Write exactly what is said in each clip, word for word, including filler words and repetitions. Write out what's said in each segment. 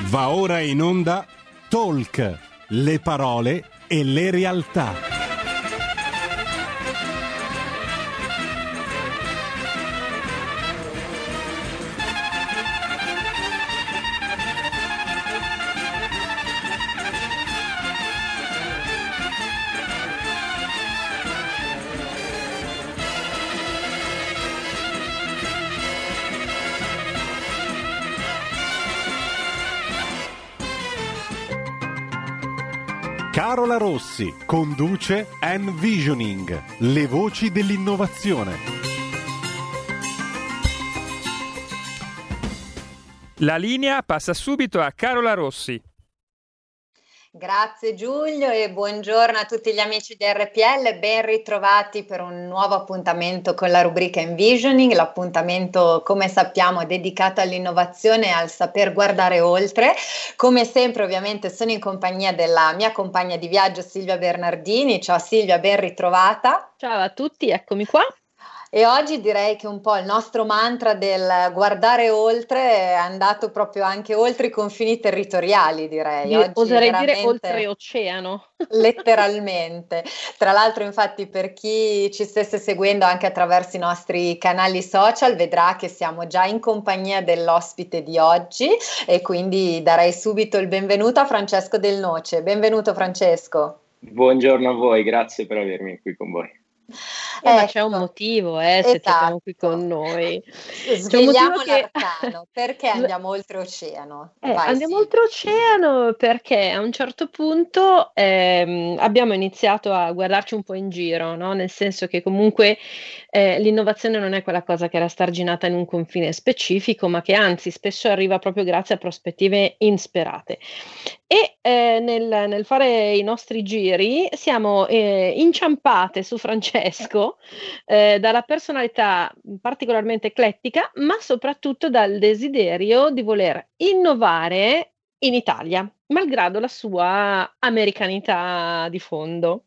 Va ora in onda Talk, le parole e le realtà. Carola Rossi conduce Envisioning, le voci dell'innovazione. La linea passa subito a Carola Rossi. Grazie Giulio e buongiorno a tutti gli amici di R P L, ben ritrovati per un nuovo appuntamento con la rubrica Envisioning, l'appuntamento come sappiamo dedicato all'innovazione e al saper guardare oltre. Come sempre ovviamente sono in compagnia della mia compagna di viaggio Silvia Bernardini. Ciao Silvia, ben ritrovata. Ciao a tutti, eccomi qua. E oggi direi che un po' il nostro mantra del guardare oltre è andato proprio anche oltre i confini territoriali, direi. Oggi oserei dire oltreoceano. Letteralmente. Tra l'altro, infatti, per chi ci stesse seguendo anche attraverso i nostri canali social, vedrà che siamo già in compagnia dell'ospite di oggi e quindi darei subito il benvenuto a Francesco Del Noce. Benvenuto Francesco. Buongiorno a voi, grazie per avermi qui con voi. Eh, ecco, ma c'è un motivo, eh, se esatto. Siamo qui con noi. Svegliamo l'arcano. Che... Perché andiamo oltreoceano? Eh, Vai, andiamo sì. oltreoceano perché a un certo punto ehm, abbiamo iniziato a guardarci un po' in giro, no? Nel senso che comunque eh, l'innovazione non è quella cosa che era starginata in un confine specifico, ma che anzi spesso arriva proprio grazie a prospettive insperate. E eh, nel, nel fare i nostri giri siamo eh, inciampate su Francesco eh, dalla personalità particolarmente eclettica, ma soprattutto dal desiderio di voler innovare in Italia, malgrado la sua americanità di fondo.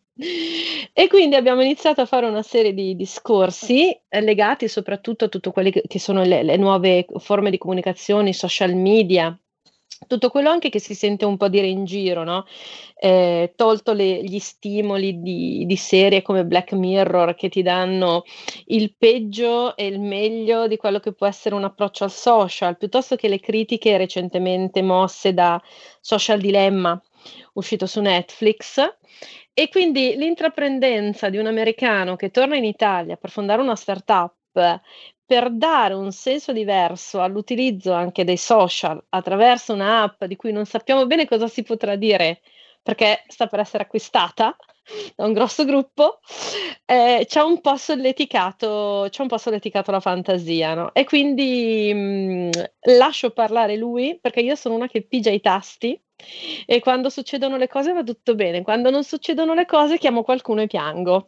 E quindi abbiamo iniziato a fare una serie di discorsi eh, legati soprattutto a tutto quelle che, che sono le, le nuove forme di comunicazione, social media, tutto quello anche che si sente un po' dire in giro, no? Eh, tolto le, gli stimoli di, di serie come Black Mirror che ti danno il peggio e il meglio di quello che può essere un approccio al social, piuttosto che le critiche recentemente mosse da Social Dilemma, uscito su Netflix. E quindi l'intraprendenza di un americano che torna in Italia per fondare una startup, per dare un senso diverso all'utilizzo anche dei social attraverso un'app di cui non sappiamo bene cosa si potrà dire perché sta per essere acquistata da un grosso gruppo, eh, ci ha un po' solleticato, ci ha un po' solleticato la fantasia, no? E quindi mh, lascio parlare lui perché io sono una che pigia i tasti e quando succedono le cose va tutto bene, quando non succedono le cose chiamo qualcuno e piango.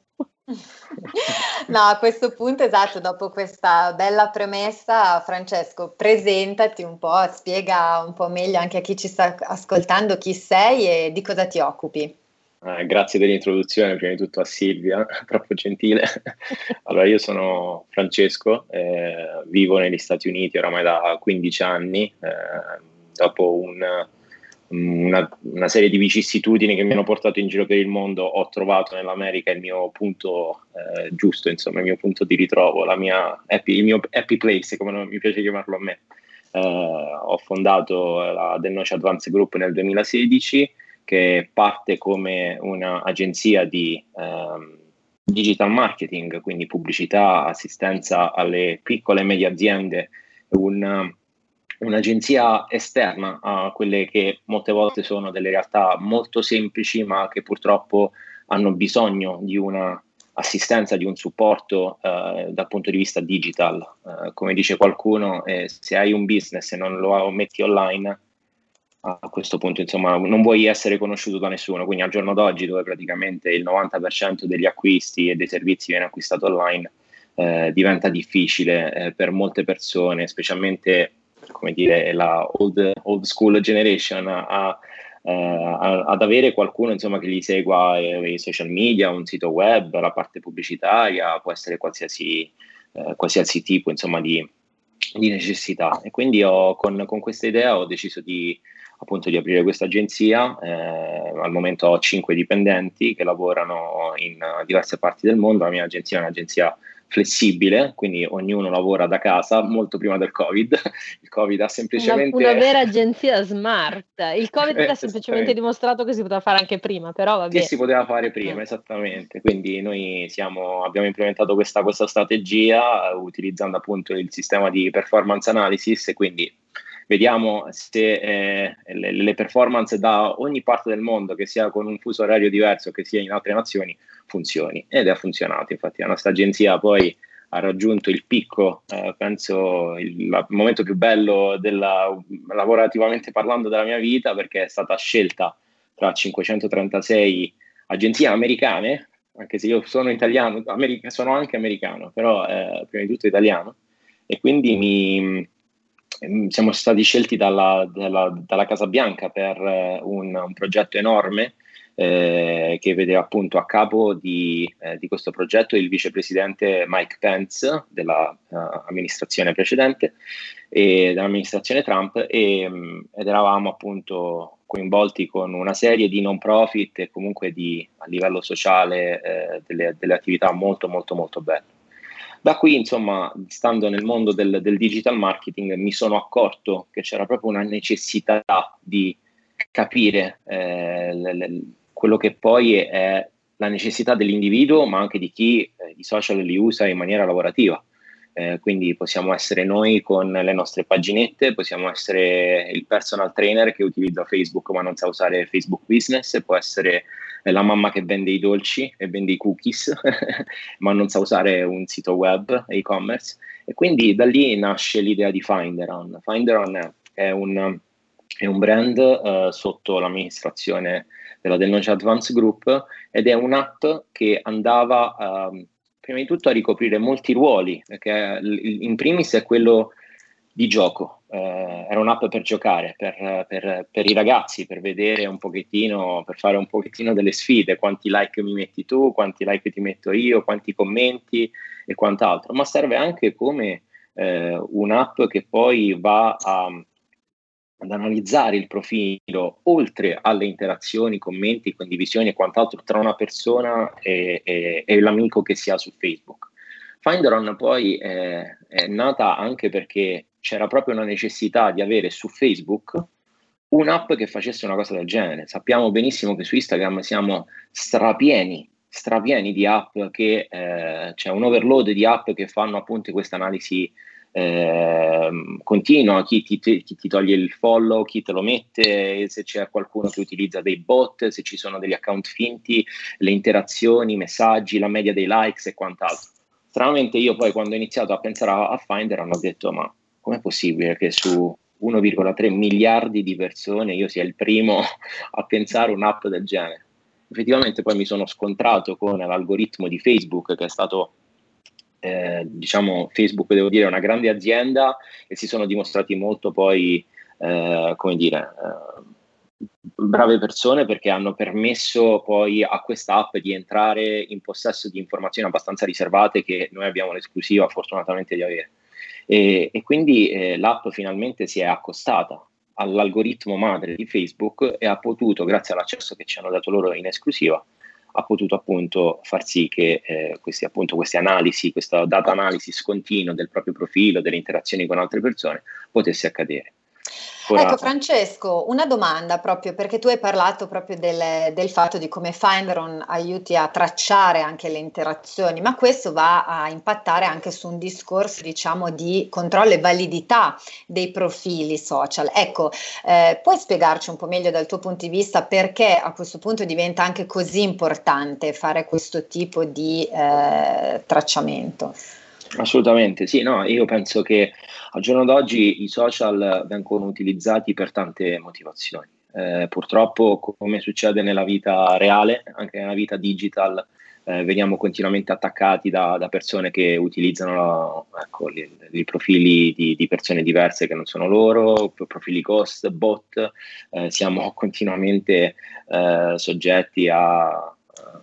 No, a questo punto, esatto, dopo questa bella premessa, Francesco, presentati un po', spiega un po' meglio anche a chi ci sta ascoltando chi sei e di cosa ti occupi. Eh, grazie dell'introduzione, prima di tutto a Silvia, troppo gentile. Allora, io sono Francesco, eh, vivo negli Stati Uniti oramai da quindici anni, eh, dopo un... Una, una serie di vicissitudini che mi hanno portato in giro per il mondo, ho trovato nell'America il mio punto eh, giusto, insomma il mio punto di ritrovo, la mia happy, il mio happy place, come non mi piace chiamarlo a me. Eh, ho fondato la Del Noce Advance Group nel duemilasedici, che parte come un'agenzia di eh, digital marketing, quindi pubblicità, assistenza alle piccole e medie aziende, un un'agenzia esterna a quelle che molte volte sono delle realtà molto semplici ma che purtroppo hanno bisogno di una assistenza, di un supporto eh, dal punto di vista digital. Eh, come dice qualcuno, eh, se hai un business e non lo metti online, a questo punto insomma non vuoi essere conosciuto da nessuno, quindi al giorno d'oggi dove praticamente il novanta per cento degli acquisti e dei servizi viene acquistato online, eh, diventa difficile eh, per molte persone, specialmente come dire la old, old school generation a, uh, a, ad avere qualcuno insomma che gli segua i social media, un sito web, la parte pubblicitaria, può essere qualsiasi, uh, qualsiasi tipo insomma di, di necessità. E quindi ho, con, con questa idea ho deciso di appunto di aprire questa agenzia. Eh, al momento ho cinque dipendenti che lavorano in uh, diverse parti del mondo. La mia agenzia è un'agenzia flessibile, quindi ognuno lavora da casa, molto prima del Covid. Il Covid ha semplicemente... Una, una vera agenzia smart. Il Covid eh, ha semplicemente dimostrato che si poteva fare anche prima, però va bene. Che si poteva fare prima, Mm. esattamente. Quindi noi siamo, abbiamo implementato questa, questa strategia uh, utilizzando appunto il sistema di performance analysis, e quindi vediamo se eh, le, le performance da ogni parte del mondo, che sia con un fuso orario diverso, che sia in altre nazioni, funzioni. Ed è funzionato. Infatti la nostra agenzia poi ha raggiunto il picco, eh, penso il, la, il momento più bello della, lavorativamente parlando della mia vita, perché è stata scelta tra cinquecentotrentasei agenzie americane, anche se io sono italiano, america, sono anche americano, però eh, prima di tutto italiano, e quindi mi, siamo stati scelti dalla, dalla, dalla Casa Bianca per eh, un, un progetto enorme eh, che vede appunto a capo di, eh, di questo progetto il vicepresidente Mike Pence dell'amministrazione uh, precedente e dell'amministrazione Trump, e, um, ed eravamo appunto coinvolti con una serie di non profit e comunque di, a livello sociale eh, delle, delle attività molto molto molto belle. Da qui, insomma, stando nel mondo del, del digital marketing, mi sono accorto che c'era proprio una necessità di capire eh, le, le, quello che poi è la necessità dell'individuo, ma anche di chi eh, i social li usa in maniera lavorativa. Eh, quindi possiamo essere noi con le nostre paginette, possiamo essere il personal trainer che utilizza Facebook ma non sa usare Facebook Business, può essere la mamma che vende i dolci e vende i cookies ma non sa usare un sito web e-commerce, e quindi da lì nasce l'idea di Finderon. Finderon è un, è un brand uh, sotto l'amministrazione della Del Noce Advance Group, ed è un'app che andava uh, prima di tutto a ricoprire molti ruoli, perché in primis è quello di gioco. Eh, era un'app per giocare, per, per, per i ragazzi, per vedere un pochettino, per fare un pochettino delle sfide, quanti like mi metti tu, quanti like ti metto io, quanti commenti e quant'altro, ma serve anche come eh, un'app che poi va a, ad analizzare il profilo, oltre alle interazioni, commenti, condivisioni e quant'altro tra una persona e, e, e l'amico che si ha su Facebook. Finderon poi è, è nata anche perché c'era proprio una necessità di avere su Facebook un'app che facesse una cosa del genere. Sappiamo benissimo che su Instagram siamo strapieni, strapieni di app, che eh, c'è un overload di app che fanno appunto questa analisi eh, continua, chi ti, chi ti toglie il follow, chi te lo mette, se c'è qualcuno che utilizza dei bot, se ci sono degli account finti, le interazioni, i messaggi, la media dei likes e quant'altro. Stranamente io poi, quando ho iniziato a pensare a, a Finderon, ho detto: ma com'è possibile che su uno virgola tre miliardi di persone io sia il primo a pensare un'app del genere? Effettivamente poi mi sono scontrato con l'algoritmo di Facebook, che è stato eh, diciamo, Facebook, devo dire, è una grande azienda, e si sono dimostrati molto poi eh, come dire eh, brave persone, perché hanno permesso poi a questa app di entrare in possesso di informazioni abbastanza riservate che noi abbiamo l'esclusiva fortunatamente di avere, e, e quindi eh, l'app finalmente si è accostata all'algoritmo madre di Facebook e ha potuto, grazie all'accesso che ci hanno dato loro in esclusiva, ha potuto appunto far sì che eh, questi, appunto, queste analisi, questa data analysis continua del proprio profilo, delle interazioni con altre persone, potesse accadere. Ora... Ecco Francesco, una domanda, proprio perché tu hai parlato proprio del, del fatto di come Finderon aiuti a tracciare anche le interazioni, ma questo va a impattare anche su un discorso, diciamo, di controllo e validità dei profili social. Ecco, eh, puoi spiegarci un po' meglio dal tuo punto di vista perché a questo punto diventa anche così importante fare questo tipo di eh, tracciamento? Assolutamente, sì, no, io penso che al giorno d'oggi i social vengono utilizzati per tante motivazioni. Eh, purtroppo, come succede nella vita reale, anche nella vita digital, eh, veniamo continuamente attaccati da, da persone che utilizzano ecco, i, i profili di, di persone diverse che non sono loro, profili ghost, bot, eh, siamo continuamente eh, soggetti a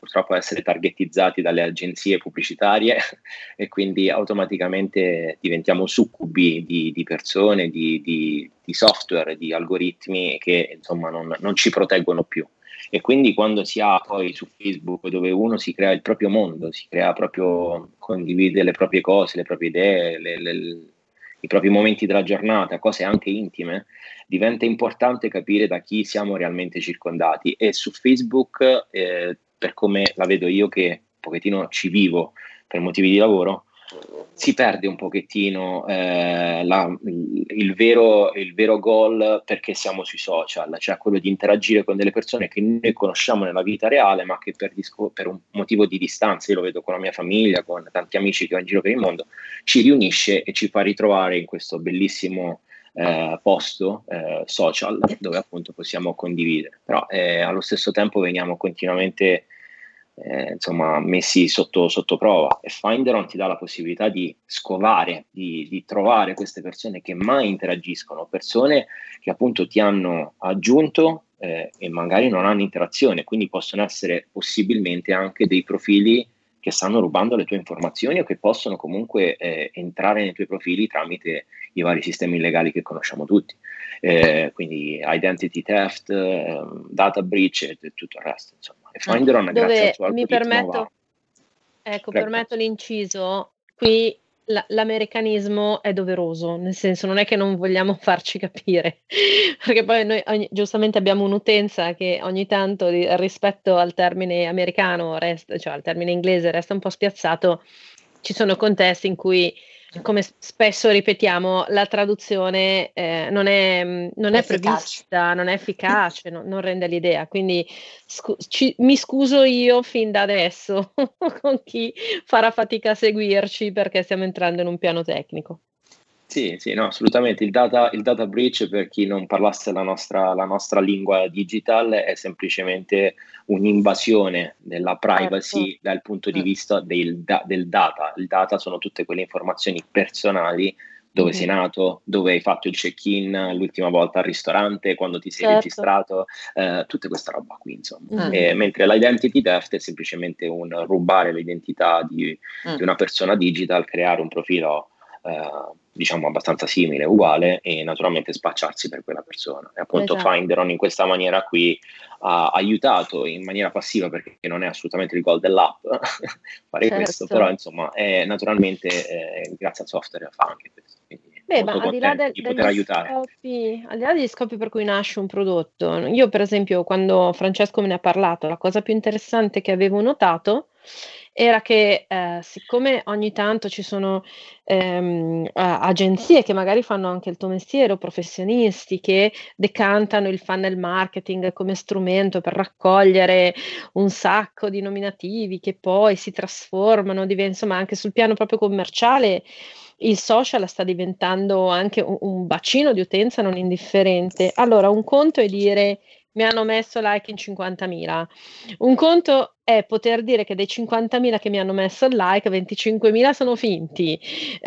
purtroppo a essere targetizzati dalle agenzie pubblicitarie e quindi automaticamente diventiamo succubi di, di persone, di, di, di software, di algoritmi che insomma non, non ci proteggono più. E quindi quando si ha poi su Facebook, dove uno si crea il proprio mondo, si crea proprio, condivide le proprie cose, le proprie idee, le, le, i propri momenti della giornata, cose anche intime, diventa importante capire da chi siamo realmente circondati. E su Facebook, eh, per come la vedo io, che un pochettino ci vivo per motivi di lavoro, si perde un pochettino eh, la, il, il, vero, il vero goal, perché siamo sui social, cioè quello di interagire con delle persone che noi conosciamo nella vita reale, ma che per, disco, per un motivo di distanza, io lo vedo con la mia famiglia, con tanti amici che ho in giro per il mondo, ci riunisce e ci fa ritrovare in questo bellissimo eh, posto eh, social, dove appunto possiamo condividere. Però eh, allo stesso tempo veniamo continuamente Eh, insomma messi sotto, sotto prova, e Finderon ti dà la possibilità di scovare, di, di trovare queste persone che mai interagiscono, persone che appunto ti hanno aggiunto eh, e magari non hanno interazione, quindi possono essere possibilmente anche dei profili che stanno rubando le tue informazioni o che possono comunque eh, entrare nei tuoi profili tramite i vari sistemi illegali che conosciamo tutti, eh, quindi identity theft, eh, data breach e, e tutto il resto, insomma. E Finderon, grazie al suo mi algoritmo, permetto, va. ecco, Prego. permetto l'inciso, qui la- l'americanismo è doveroso, nel senso non è che non vogliamo farci capire, perché poi noi ogni- giustamente abbiamo un'utenza che ogni tanto di- rispetto al termine americano, resta, cioè al termine inglese resta un po' spiazzato. Ci sono contesti in cui, come s- spesso ripetiamo, la traduzione eh, non è, mh, non è Efficace. prevista, non è efficace, non, non rende l'idea. Quindi scu- ci- mi scuso io fin da adesso con chi farà fatica a seguirci perché stiamo entrando in un piano tecnico. Sì, sì, no, assolutamente. Il data, il data breach, per chi non parlasse la nostra, la nostra lingua digitale, è semplicemente un'invasione della privacy Certo. dal punto di Mm. vista del, da- del data. Il data sono tutte quelle informazioni personali, dove sei Mhm. nato, dove hai fatto il check-in l'ultima volta al ristorante, quando ti sei Certo. registrato, eh, tutta questa roba qui, insomma. Mhm. E mentre l'identity theft è semplicemente un rubare l'identità di, Mm. di una persona digital, creare un profilo eh, diciamo abbastanza simile, uguale, e naturalmente spacciarsi per quella persona. E appunto Esatto. Finderon in questa maniera qui ha aiutato in maniera passiva, perché non è assolutamente il goal dell'app fare questo, Certo. però insomma è naturalmente eh, grazie al software fa anche questo, quindi Beh, molto ma al di là contento del- di poter degli aiutare. scopi, al di là degli scopi per cui nasce un prodotto, io per esempio quando Francesco me ne ha parlato, la cosa più interessante che avevo notato era che eh, siccome ogni tanto ci sono ehm, a- agenzie che magari fanno anche il tuo mestiere o professionisti che decantano il funnel marketing come strumento per raccogliere un sacco di nominativi che poi si trasformano, diven- insomma anche sul piano proprio commerciale il social sta diventando anche un, un bacino di utenza non indifferente. Allora, un conto è dire mi hanno messo like in cinquantamila, un conto è poter dire che dei cinquantamila che mi hanno messo il like, venticinquemila sono finti,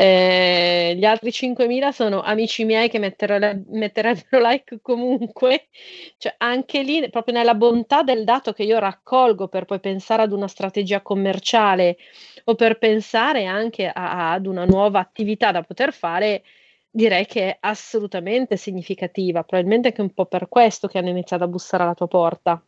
eh, gli altri cinquemila sono amici miei che mettere- metterebbero like comunque. Cioè, anche lì, proprio nella bontà del dato che io raccolgo per poi pensare ad una strategia commerciale o per pensare anche a- ad una nuova attività da poter fare, direi che è assolutamente significativa. Probabilmente anche un po' per questo che hanno iniziato a bussare alla tua porta.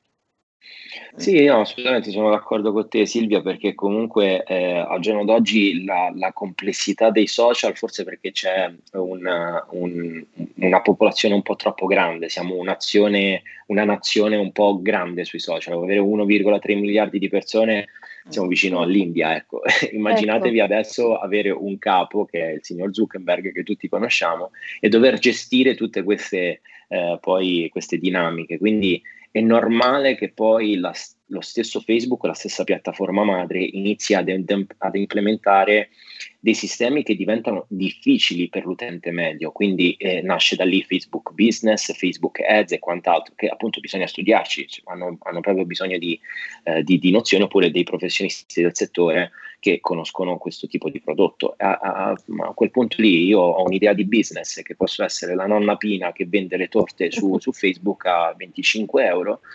Sì, no, assolutamente sono d'accordo con te Silvia, perché comunque eh, al giorno d'oggi la, la complessità dei social, forse perché c'è una, un- una popolazione un po' troppo grande, siamo un'azione, una nazione un po' grande sui social, avere uno virgola tre miliardi di persone, siamo vicino all'India, ecco. Immaginatevi adesso avere un capo che è il signor Zuckerberg, che tutti conosciamo, e dover gestire tutte queste, eh, poi queste dinamiche, quindi è normale che poi la- lo stesso Facebook, la stessa piattaforma madre, inizi ad, ad implementare dei sistemi che diventano difficili per l'utente medio, quindi eh, nasce da lì Facebook Business, Facebook Ads e quant'altro, che appunto bisogna studiarci, cioè, hanno, hanno proprio bisogno di, eh, di, di nozioni, oppure dei professionisti del settore che conoscono questo tipo di prodotto. A, a, a quel punto lì io ho un'idea di business che posso essere la nonna Pina che vende le torte su, su Facebook a venticinque euro,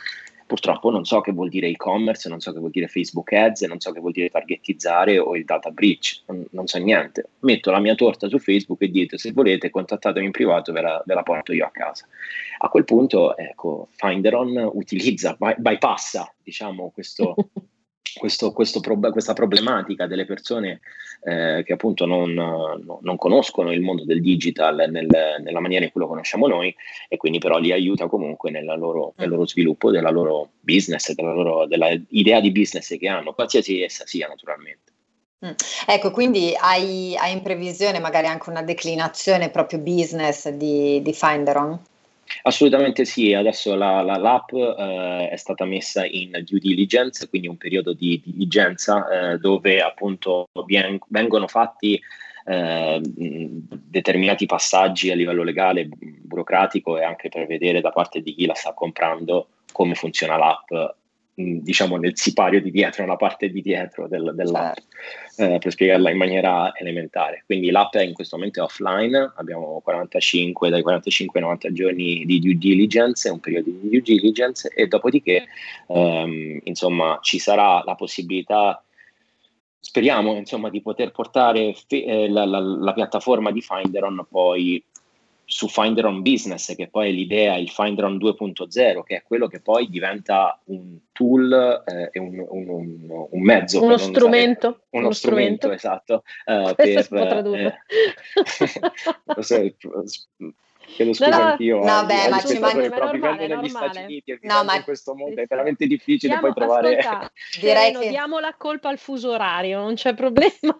Purtroppo non so che vuol dire e-commerce, non so che vuol dire Facebook Ads, non so che vuol dire targetizzare o il data breach, non, non so niente. Metto la mia torta su Facebook e dite se volete contattatemi in privato, ve la, ve la porto io a casa. A quel punto, ecco, Finderon utilizza, by, bypassa, diciamo, questo... Questo, questo prob- questa problematica delle persone eh, che appunto non, no, non conoscono il mondo del digital nel, nella maniera in cui lo conosciamo noi, e quindi però li aiuta comunque nella loro, nel loro sviluppo della loro business, della loro della idea di business che hanno, qualsiasi essa sia naturalmente. Mm. Ecco, quindi hai, hai in previsione magari anche una declinazione proprio business di, di Finderon? Assolutamente sì, adesso la, la, l'app eh, è stata messa in due diligence, quindi un periodo di diligenza eh, dove appunto vien- vengono fatti eh, determinati passaggi a livello legale, burocratico, e anche per vedere da parte di chi la sta comprando come funziona l'app, mh, diciamo nel sipario di dietro, nella parte di dietro del, dell'app. Eh, per spiegarla in maniera elementare. Quindi l'app è in questo momento è offline, abbiamo quarantacinque, dai quarantacinque ai novanta giorni di due diligence, un periodo di due diligence, e dopodiché ehm, insomma ci sarà la possibilità, speriamo insomma, di poter portare fe- eh, la, la, la piattaforma di Finderon poi su Finderon Business, che poi è l'idea, il Finderon due punto zero, che è quello che poi diventa un tool eh, e un, un, un, un mezzo, uno per non strumento, usare, uno, uno strumento, strumento. esatto, uh, Questo per, si può tradurre. Eh, so, chiedo scusa No, no, anch'io no, ai, beh, ai ma ci spettatori, manca- però è vivendo normale, negli normale. Stati Uniti e No, vivendo ma in questo mondo Sì, è sì. veramente difficile Diamo, poi trovare... ascolta, Direi Sereno, che- diamo la colpa al fuso orario, non c'è problema.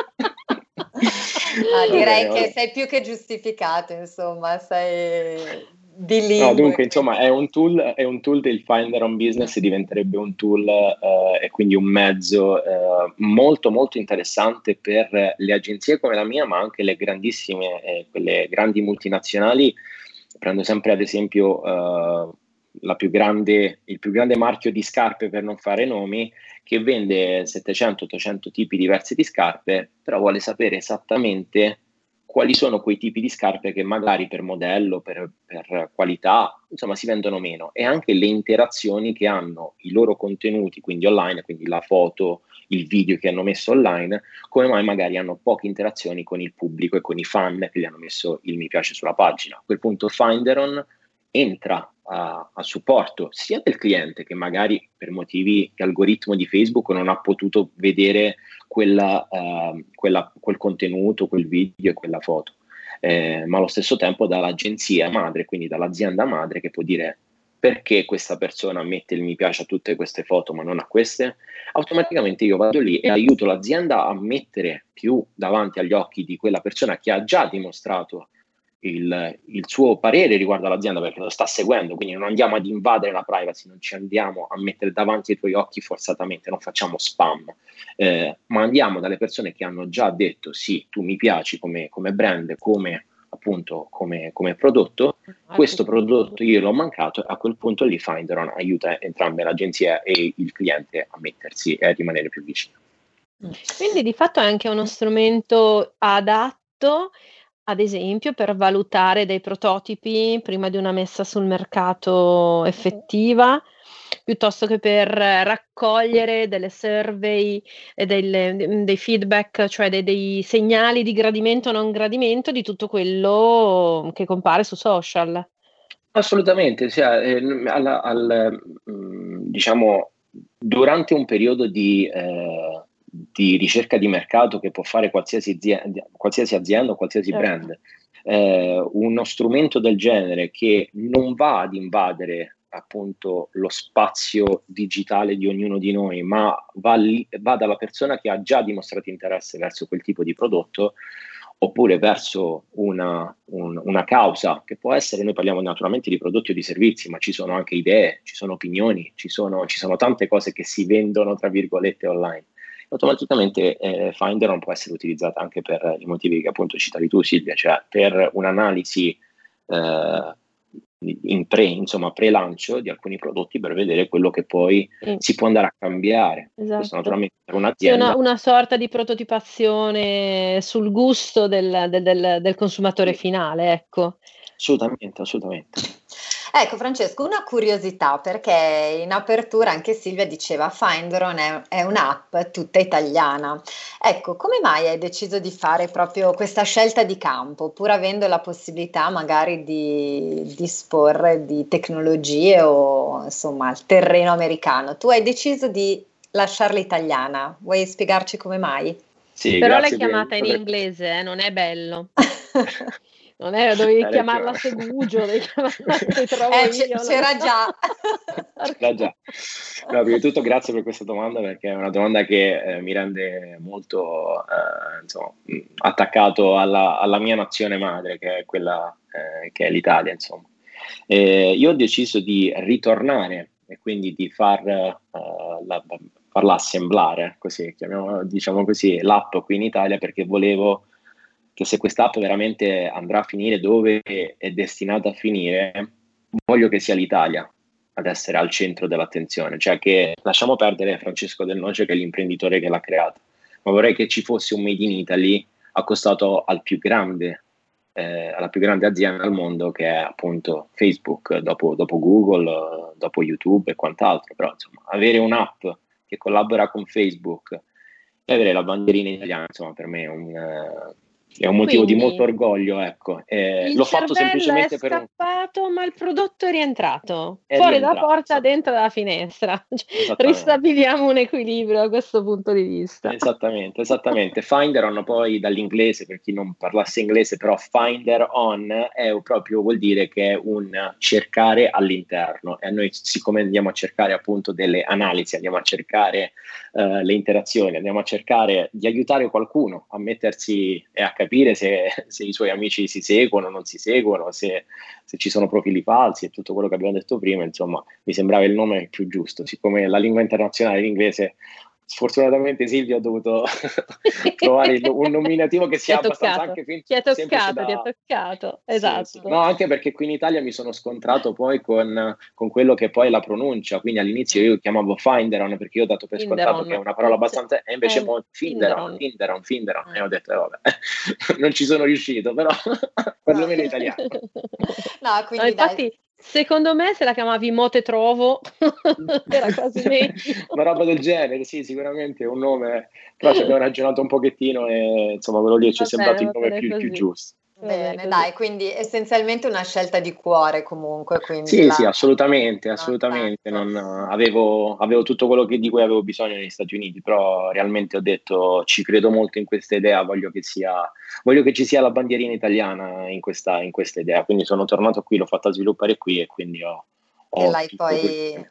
Ah, Va direi bene, che vabbè. sei più che giustificato, insomma, sei bilingue. No, dunque, insomma, quindi- è un tool, è un tool del Finderon Business, diventerebbe un tool eh, e quindi un mezzo eh, molto molto interessante per le agenzie come la mia, ma anche le grandissime, eh, quelle grandi multinazionali. Prendo sempre ad esempio eh, la più grande, il più grande marchio di scarpe, per non fare nomi, che vende settecento ottocento tipi diversi di scarpe, però vuole sapere esattamente quali sono quei tipi di scarpe che magari per modello, per, per qualità, insomma, si vendono meno, e anche le interazioni che hanno i loro contenuti, quindi online, quindi la foto, il video che hanno messo online, come mai magari hanno poche interazioni con il pubblico e con i fan che gli hanno messo il mi piace sulla pagina. A quel punto Finderon entra a, a supporto sia del cliente, che magari per motivi di algoritmo di Facebook non ha potuto vedere quella, uh, quella, quel contenuto, quel video e quella foto, eh, ma allo stesso tempo dall'agenzia madre, quindi dall'azienda madre, che può dire: perché questa persona mette il mi piace a tutte queste foto ma non a queste? Automaticamente io vado lì e aiuto l'azienda a mettere più davanti agli occhi di quella persona che ha già dimostrato il, il suo parere riguardo all'azienda, perché lo sta seguendo, quindi non andiamo ad invadere la privacy, non ci andiamo a mettere davanti ai tuoi occhi forzatamente, non facciamo spam, eh, ma andiamo dalle persone che hanno già detto sì, tu mi piaci come, come brand, come appunto come, come prodotto, questo prodotto io l'ho mancato. A quel punto lì Finderon aiuta entrambe, l'agenzia e il cliente, a mettersi e a rimanere più vicino. Quindi di fatto è anche uno strumento adatto, ad esempio, per valutare dei prototipi prima di una messa sul mercato effettiva, piuttosto che per raccogliere delle survey e delle, dei feedback, cioè dei, dei segnali di gradimento o non gradimento di tutto quello che compare su social. Assolutamente, cioè, eh, al, al, mh, diciamo, durante un periodo di, eh, di ricerca di mercato che può fare qualsiasi azienda, qualsiasi azienda o qualsiasi Certo. brand, eh, uno strumento del genere che non va ad invadere appunto lo spazio digitale di ognuno di noi, ma va, lì, va dalla persona che ha già dimostrato interesse verso quel tipo di prodotto, oppure verso una, un, una causa che può essere, noi parliamo naturalmente di prodotti o di servizi, ma ci sono anche idee, ci sono opinioni, ci sono, ci sono tante cose che si vendono tra virgolette online. Automaticamente eh, Finderon può essere utilizzata anche per i motivi che appunto citavi tu, Silvia, cioè per un'analisi eh, in pre, insomma, pre-lancio di alcuni prodotti, per vedere quello che poi Sì. si può andare a cambiare. Esatto. Questo naturalmente per Sì, un'azienda. una, una sorta di prototipazione sul gusto del, del, del, del consumatore finale, ecco. Assolutamente, assolutamente. Ecco Francesco, una curiosità, perché in apertura anche Silvia diceva Finderon è, è un'app tutta italiana. Ecco, come mai hai deciso di fare proprio questa scelta di campo, pur avendo la possibilità magari di disporre di tecnologie o insomma il terreno americano? Tu hai deciso di lasciarla italiana, vuoi spiegarci come mai? Sì, però l'hai chiamata per... in inglese, eh? Non è bello. Non è, dovevi Hai chiamarla ragione. Segugio, dovevi chiamarla Ti trovo Eh, io. c- non c'era so. già. C'era già. No, prima di tutto grazie per questa domanda, perché è una domanda che eh, mi rende molto eh, insomma, mh, attaccato alla, alla mia nazione madre, che è quella eh, che è l'Italia, insomma. Eh, io ho deciso di ritornare e quindi di far, uh, la, farla assemblare, così, chiamiamo, diciamo così, l'app qui in Italia, perché volevo che se quest'app veramente andrà a finire dove è destinata a finire, voglio che sia l'Italia ad essere al centro dell'attenzione, cioè che lasciamo perdere Francesco Del Noce, che è l'imprenditore che l'ha creata, ma vorrei che ci fosse un Made in Italy accostato al più grande, eh, alla più grande azienda al mondo, che è appunto Facebook, dopo, dopo Google, dopo YouTube e quant'altro. Però insomma, avere un'app che collabora con Facebook e avere la bandierina italiana, insomma, per me è un... Eh, è un motivo Quindi, di molto orgoglio, ecco. Eh, il l'ho fatto semplicemente è per un... scappato, ma il prodotto è rientrato È fuori rientrato, dalla porta, esatto. dentro dalla finestra. Esattamente. Ristabiliamo un equilibrio da questo punto di vista. Esattamente, esattamente. Finder on, poi dall'inglese, per chi non parlasse inglese, però Finder on è proprio, vuol dire che è un cercare all'interno, e noi, siccome andiamo a cercare appunto delle analisi, andiamo a cercare uh, le interazioni, andiamo a cercare di aiutare qualcuno a mettersi e a capire se, se i suoi amici si seguono, non si seguono, se, se ci sono profili falsi e tutto quello che abbiamo detto prima, insomma, mi sembrava il nome più giusto. Siccome la lingua internazionale è l'inglese, sfortunatamente Silvia ha dovuto trovare il, un nominativo che sia abbastanza anche fin- ti è semplice toccato, da... ti è toccato, Sì, esatto. sì. No, anche perché qui in Italia mi sono scontrato poi con, con quello che poi è la pronuncia, quindi all'inizio io chiamavo Finderon perché io ho dato per Finderon. scontato che è una parola abbastanza, e invece Eh, mo- Finderon, Finderon. Finderon, Finderon, e ho detto eh, vabbè, non ci sono riuscito, però perlomeno in italiano. No, quindi No, infatti, dai. secondo me se la chiamavi Mo te trovo era quasi meglio. Una roba del genere, sì, sicuramente un nome, però ci abbiamo ragionato un pochettino e insomma quello lì ci è Va sembrato bene, il va nome bene più, più così. giusto. Bene, Così. dai, quindi essenzialmente una scelta di cuore comunque. Quindi Sì, la... sì, assolutamente, no, assolutamente. certo. Non, avevo, avevo tutto quello che, di cui avevo bisogno negli Stati Uniti, però realmente ho detto ci credo molto in questa idea, voglio che sia, voglio che ci sia la bandierina italiana in questa, in questa idea, quindi sono tornato qui, l'ho fatta sviluppare qui e quindi ho, ho E l'hai tutto poi quel...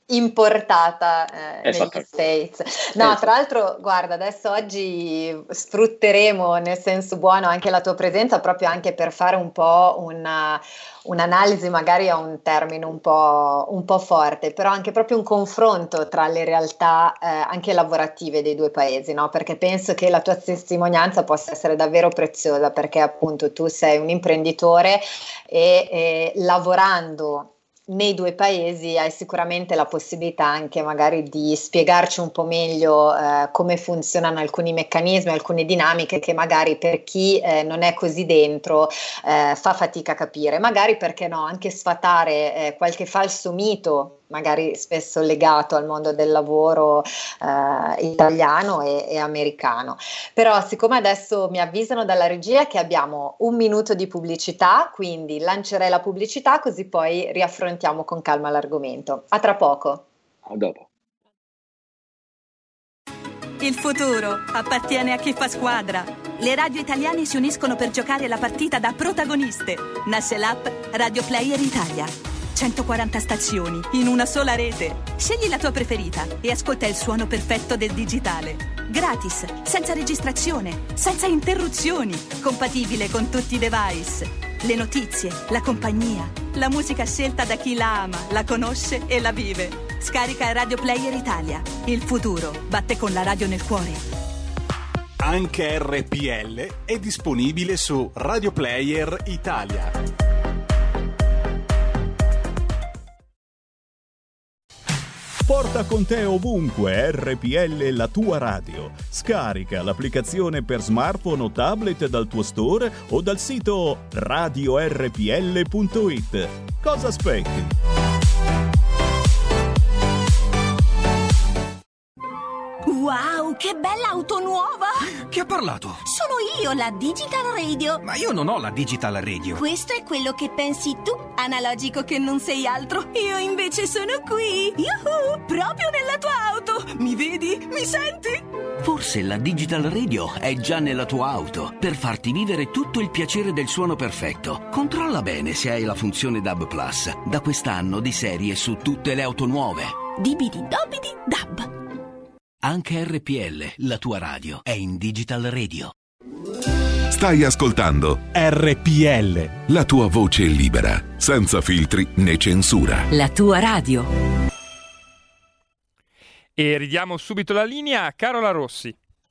importata eh, negli Esattamente. States. No, Esatto. tra l'altro, guarda, adesso oggi sfrutteremo nel senso buono anche la tua presenza, proprio anche per fare un po' una, un'analisi, magari a un termine un po', un po' forte, però anche proprio un confronto tra le realtà eh, anche lavorative dei due paesi, no? Perché penso che la tua testimonianza possa essere davvero preziosa, perché appunto tu sei un imprenditore e, e lavorando nei due paesi hai sicuramente la possibilità anche magari di spiegarci un po' meglio eh, come funzionano alcuni meccanismi, alcune dinamiche che magari per chi eh, non è così dentro eh, fa fatica a capire, magari perché no, anche sfatare eh, qualche falso mito magari spesso legato al mondo del lavoro eh, italiano e, e americano. Però siccome adesso mi avvisano dalla regia che abbiamo un minuto di pubblicità, quindi lancerei la pubblicità così poi riaffrontiamo con calma l'argomento. A tra poco. A dopo. Il futuro appartiene a chi fa squadra. Le radio italiane si uniscono per giocare la partita da protagoniste. Nasce l'app Radio Player Italia. centoquaranta stazioni in una sola rete. Scegli la tua preferita e ascolta il suono perfetto del digitale. Gratis, senza registrazione, senza interruzioni, compatibile con tutti i device. Le notizie, la compagnia, la musica scelta da chi la ama, la conosce e la vive. Scarica Radio Player Italia. Il futuro batte con la radio nel cuore. Anche R P L è disponibile su Radio Player Italia. Porta con te ovunque R P L, la tua radio. Scarica l'applicazione per smartphone o tablet dal tuo store o dal sito radio r p l punto i t. Cosa aspetti? Wow, che bella auto nuova! Chi ha parlato? Sono io, la Digital Radio. Ma io non ho la Digital Radio. Questo è quello che pensi tu, analogico che non sei altro. Io invece sono qui, yuhu, proprio nella tua auto. Mi vedi? Mi senti? Forse la Digital Radio è già nella tua auto per farti vivere tutto il piacere del suono perfetto. Controlla bene se hai la funzione D A B Plus. Da quest'anno di serie su tutte le auto nuove. Dibidi dobidi dab. Anche R P L, la tua radio, è in Digital Radio. Stai ascoltando R P L, la tua voce libera, senza filtri né censura. La tua radio. E ridiamo subito la linea a Carola Rossi.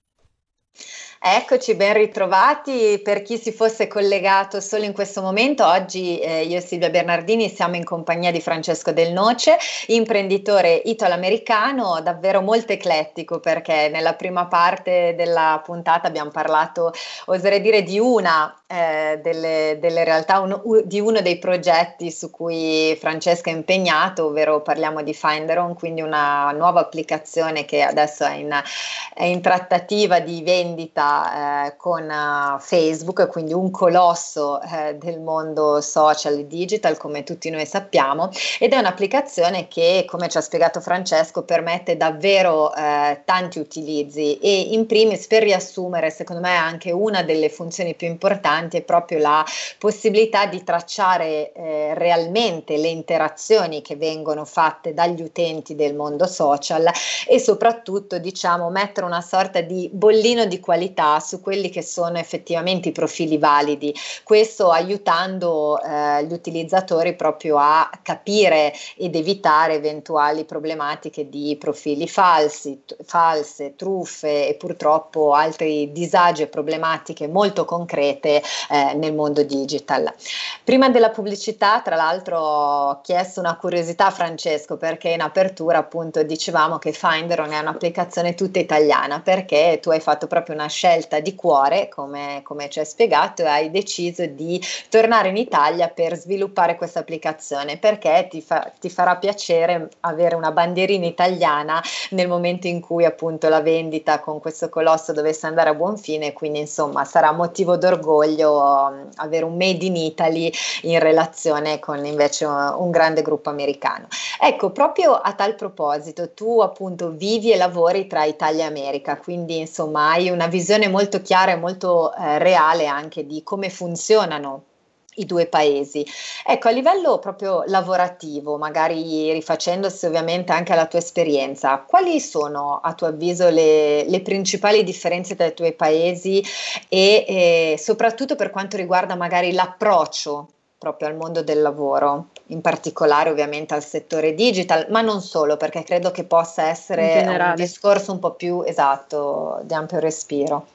Eccoci, ben ritrovati. Per chi si fosse collegato solo in questo momento, oggi eh, io e Silvia Bernardini siamo in compagnia di Francesco Del Noce, imprenditore italo-americano, davvero molto eclettico, perché nella prima parte della puntata abbiamo parlato, oserei dire, di una eh, delle, delle realtà, un, di uno dei progetti su cui Francesco è impegnato, ovvero parliamo di Finderon, quindi una nuova applicazione che adesso è in, è in trattativa di vendita Eh, con uh, Facebook, quindi un colosso eh, del mondo social e digital, come tutti noi sappiamo, ed è un'applicazione che, come ci ha spiegato Francesco, permette davvero eh, tanti utilizzi, e in primis, per riassumere, secondo me anche una delle funzioni più importanti è proprio la possibilità di tracciare eh, realmente le interazioni che vengono fatte dagli utenti del mondo social, e soprattutto, diciamo, mettere una sorta di bollino di qualità su quelli che sono effettivamente i profili validi, questo aiutando eh, gli utilizzatori proprio a capire ed evitare eventuali problematiche di profili falsi, t- false, truffe e purtroppo altri disagi e problematiche molto concrete eh, nel mondo digital. Prima della pubblicità, tra l'altro, ho chiesto una curiosità a Francesco, perché in apertura appunto dicevamo che Finderon è un'applicazione tutta italiana, perché tu hai fatto proprio una scelta di cuore, come, come ci hai spiegato, e hai deciso di tornare in Italia per sviluppare questa applicazione, perché ti, fa, ti farà piacere avere una bandierina italiana nel momento in cui appunto la vendita con questo colosso dovesse andare a buon fine, quindi insomma sarà motivo d'orgoglio um, avere un made in Italy in relazione con invece un, un grande gruppo americano. Ecco, proprio a tal proposito, tu appunto vivi e lavori tra Italia e America, quindi insomma hai una visione molto chiara e molto eh, reale anche di come funzionano i due paesi. Ecco, a livello proprio lavorativo, magari rifacendosi ovviamente anche alla tua esperienza, quali sono a tuo avviso le, le principali differenze tra i tuoi paesi e eh, soprattutto per quanto riguarda magari l'approccio proprio al mondo del lavoro, in particolare ovviamente al settore digital, ma non solo, perché credo che possa essere un discorso un po' più esatto, di ampio respiro.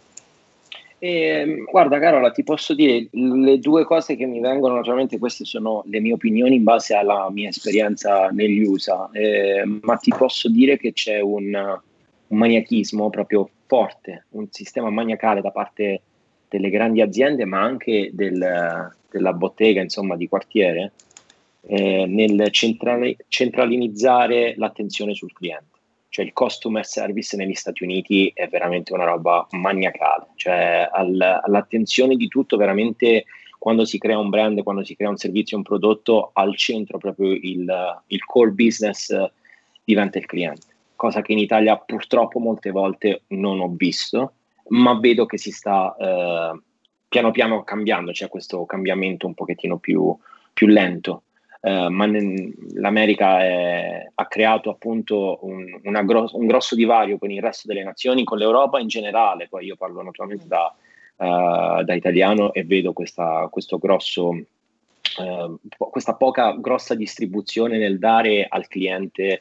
Eh, guarda Carola, ti posso dire le due cose che mi vengono, naturalmente queste sono le mie opinioni in base alla mia esperienza negli U S A, eh, ma ti posso dire che c'è un, un maniachismo proprio forte, un sistema maniacale da parte delle grandi aziende, ma anche del, della bottega, insomma, di quartiere, eh, nel centrali- centralizzare l'attenzione sul cliente. Cioè il customer service negli Stati Uniti è veramente una roba maniacale, cioè al, all'attenzione di tutto, veramente quando si crea un brand, quando si crea un servizio, un prodotto, al centro proprio il, il core business diventa il cliente, cosa che in Italia purtroppo molte volte non ho visto, ma vedo che si sta eh, piano piano cambiando, c'è questo cambiamento un pochettino più, più lento. Uh, ma ne, l'America è, ha creato appunto un, una gros- un grosso divario con il resto delle nazioni, con l'Europa in generale. Poi io parlo naturalmente da, uh, da italiano e vedo questa, questo grosso, uh, questa poca grossa distribuzione nel dare al cliente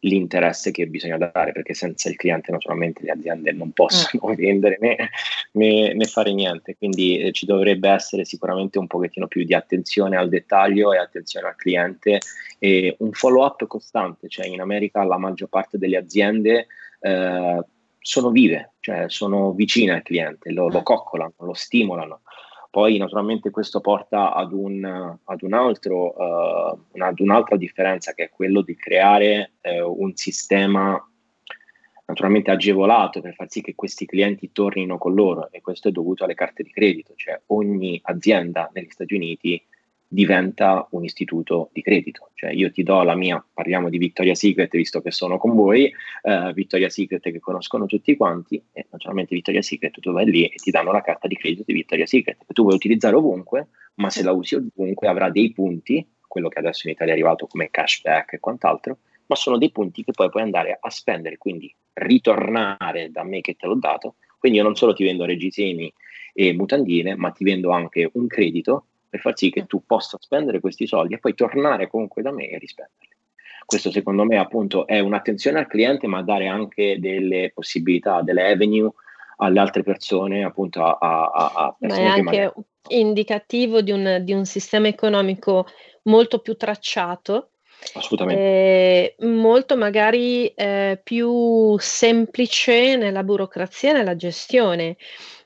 l'interesse che bisogna dare, perché senza il cliente naturalmente le aziende non possono mm. vendere né, né, né fare niente, quindi eh, ci dovrebbe essere sicuramente un pochettino più di attenzione al dettaglio e attenzione al cliente e un follow up costante. Cioè in America la maggior parte delle aziende eh, sono vive, cioè sono vicine al cliente, lo, lo coccolano, lo stimolano. Poi naturalmente questo porta ad, un, ad, un altro, uh, ad un'altra differenza, che è quello di creare uh, un sistema naturalmente agevolato per far sì che questi clienti tornino con loro, e questo è dovuto alle carte di credito. Cioè ogni azienda negli Stati Uniti diventa un istituto di credito. Cioè io ti do la mia, parliamo di Victoria's Secret visto che sono con voi, uh, Victoria's Secret che conoscono tutti quanti, e naturalmente Victoria's Secret tu vai lì e ti danno la carta di credito di Victoria's Secret che tu vuoi utilizzare ovunque, ma se la usi ovunque avrà dei punti, quello che adesso in Italia è arrivato come cashback e quant'altro, ma sono dei punti che poi puoi andare a spendere, quindi ritornare da me che te l'ho dato. Quindi io non solo ti vendo reggiseni e mutandine, ma ti vendo anche un credito per far sì che tu possa spendere questi soldi e poi tornare comunque da me e rispenderli. Questo secondo me appunto è un'attenzione al cliente, ma dare anche delle possibilità, delle avenue alle altre persone, appunto a, a, a persone. Ma è anche magari... indicativo di un, di un sistema economico molto più tracciato, assolutamente, eh, molto magari eh, più semplice nella burocrazia e nella gestione.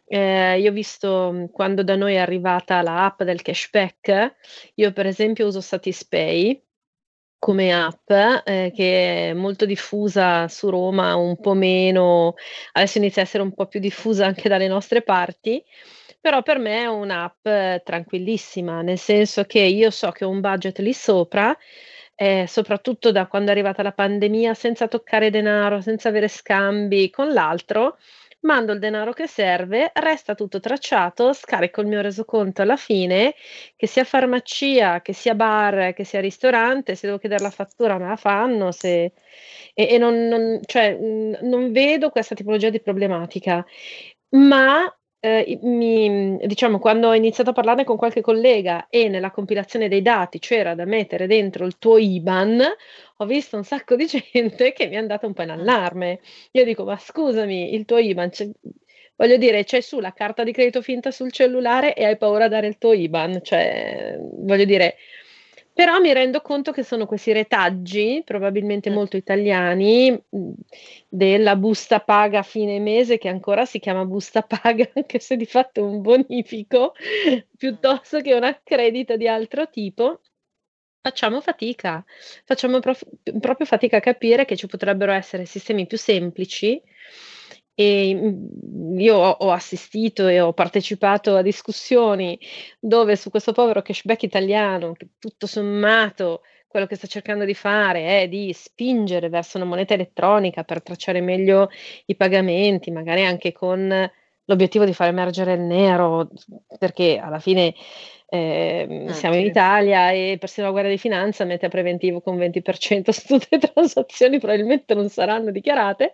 Eh, io ho visto quando da noi è arrivata l'app del cashback, io per esempio uso Satispay come app, eh, che è molto diffusa su Roma, un po' meno, adesso inizia a essere un po' più diffusa anche dalle nostre parti, però per me è un'app tranquillissima, nel senso che io so che ho un budget lì sopra, eh, soprattutto da quando è arrivata la pandemia, senza toccare denaro, senza avere scambi con l'altro, mando il denaro che serve, resta tutto tracciato, scarico il mio resoconto alla fine, che sia farmacia, che sia bar, che sia ristorante, se devo chiedere la fattura me la fanno, se... e, e non, non, cioè, non vedo questa tipologia di problematica, ma eh, mi, diciamo, quando ho iniziato a parlarne con qualche collega e nella compilazione dei dati c'era da mettere dentro il tuo I B A N, ho visto un sacco di gente che mi è andata un po' in allarme. Io dico, ma scusami, il tuo I B A N, c'è, voglio dire, c'è su la carta di credito finta sul cellulare e hai paura a dare il tuo I B A N, cioè, voglio dire, però mi rendo conto che sono questi retaggi, probabilmente molto italiani, della busta paga a fine mese, che ancora si chiama busta paga, anche se di fatto è un bonifico, piuttosto che un accredito di altro tipo. Facciamo fatica, facciamo prof- proprio fatica a capire che ci potrebbero essere sistemi più semplici, e io ho, ho assistito e ho partecipato a discussioni dove su questo povero cashback italiano, che tutto sommato quello che sta cercando di fare è di spingere verso una moneta elettronica per tracciare meglio i pagamenti, magari anche con l'obiettivo di far emergere il nero, perché alla fine eh, ah, siamo sì. in Italia e persino la Guardia di Finanza mette a preventivo con venti per cento su tutte le transazioni, probabilmente non saranno dichiarate.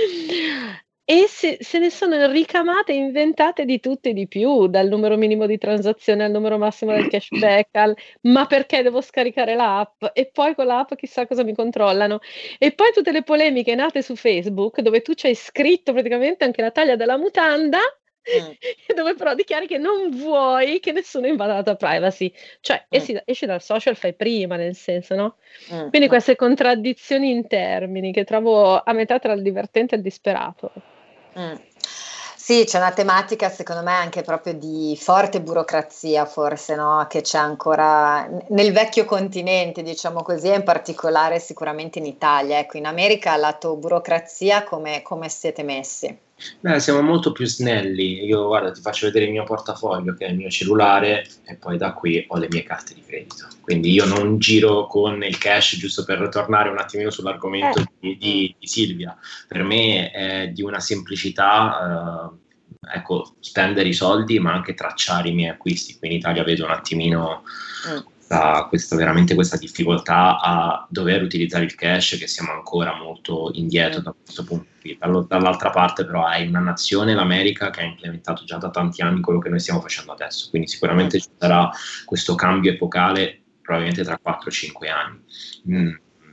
E se, se ne sono ricamate e inventate di tutte e di più, dal numero minimo di transazione al numero massimo del cashback, al ma perché devo scaricare l'app? E poi con l'app chissà cosa mi controllano. E poi tutte le polemiche nate su Facebook, dove tu c'hai scritto praticamente anche la taglia della mutanda, mm. dove però dichiari che non vuoi che nessuno invada la tua privacy. Cioè, mm. esci, esci dal social, fai prima, nel senso, no? Mm. Quindi queste contraddizioni in termini che trovo a metà tra il divertente e il disperato. Mm. Sì, c'è una tematica secondo me anche proprio di forte burocrazia, forse, no? Che c'è ancora nel vecchio continente, diciamo così, e in particolare sicuramente in Italia. Ecco, in America lato burocrazia come, come siete messi? Beh, siamo molto più snelli. Io guarda, ti faccio vedere il mio portafoglio, che è il mio cellulare, e poi da qui ho le mie carte di credito. Quindi io non giro con il cash, giusto per tornare un attimino sull'argomento eh. di, di, di Silvia. Per me è di una semplicità, eh, ecco, spendere i soldi, ma anche tracciare i miei acquisti. Qui in Italia vedo un attimino mm. Da questa, veramente questa difficoltà a dover utilizzare il cash, che siamo ancora molto indietro da questo punto di vista. Dall'altra parte però hai una nazione, l'America, che ha implementato già da tanti anni quello che noi stiamo facendo adesso, quindi sicuramente ci sarà questo cambio epocale probabilmente tra quattro cinque anni. Mm.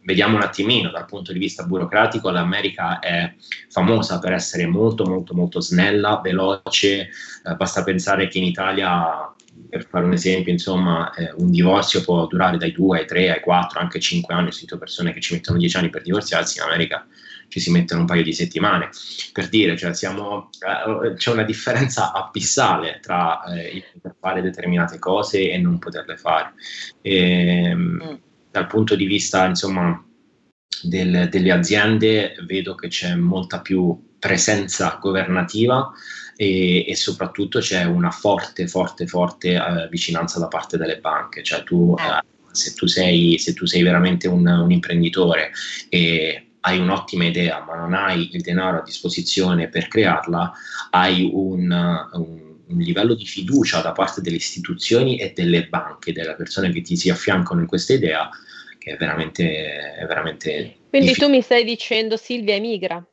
vediamo un attimino dal punto di vista burocratico, l'America è famosa per essere molto molto molto snella, veloce, eh, basta pensare che in Italia, per fare un esempio, insomma, eh, un divorzio può durare dai due ai tre ai quattro, anche cinque anni. Ho sentito persone che ci mettono dieci anni per divorziarsi, in America ci si mettono un paio di settimane, per dire, cioè siamo, eh, c'è una differenza abissale tra eh, il poter fare determinate cose e non poterle fare. E, mm. Dal punto di vista, insomma, del, delle aziende, vedo che c'è molta più presenza governativa e, e soprattutto c'è una forte, forte, forte eh, vicinanza da parte delle banche. Cioè tu, eh, se tu sei, se tu sei veramente un, un imprenditore e hai un'ottima idea ma non hai il denaro a disposizione per crearla, hai un, un, un livello di fiducia da parte delle istituzioni e delle banche, delle persone che ti si affiancano in questa idea, che è veramente, è veramente Quindi difficile. Tu mi stai dicendo Silvia emigra?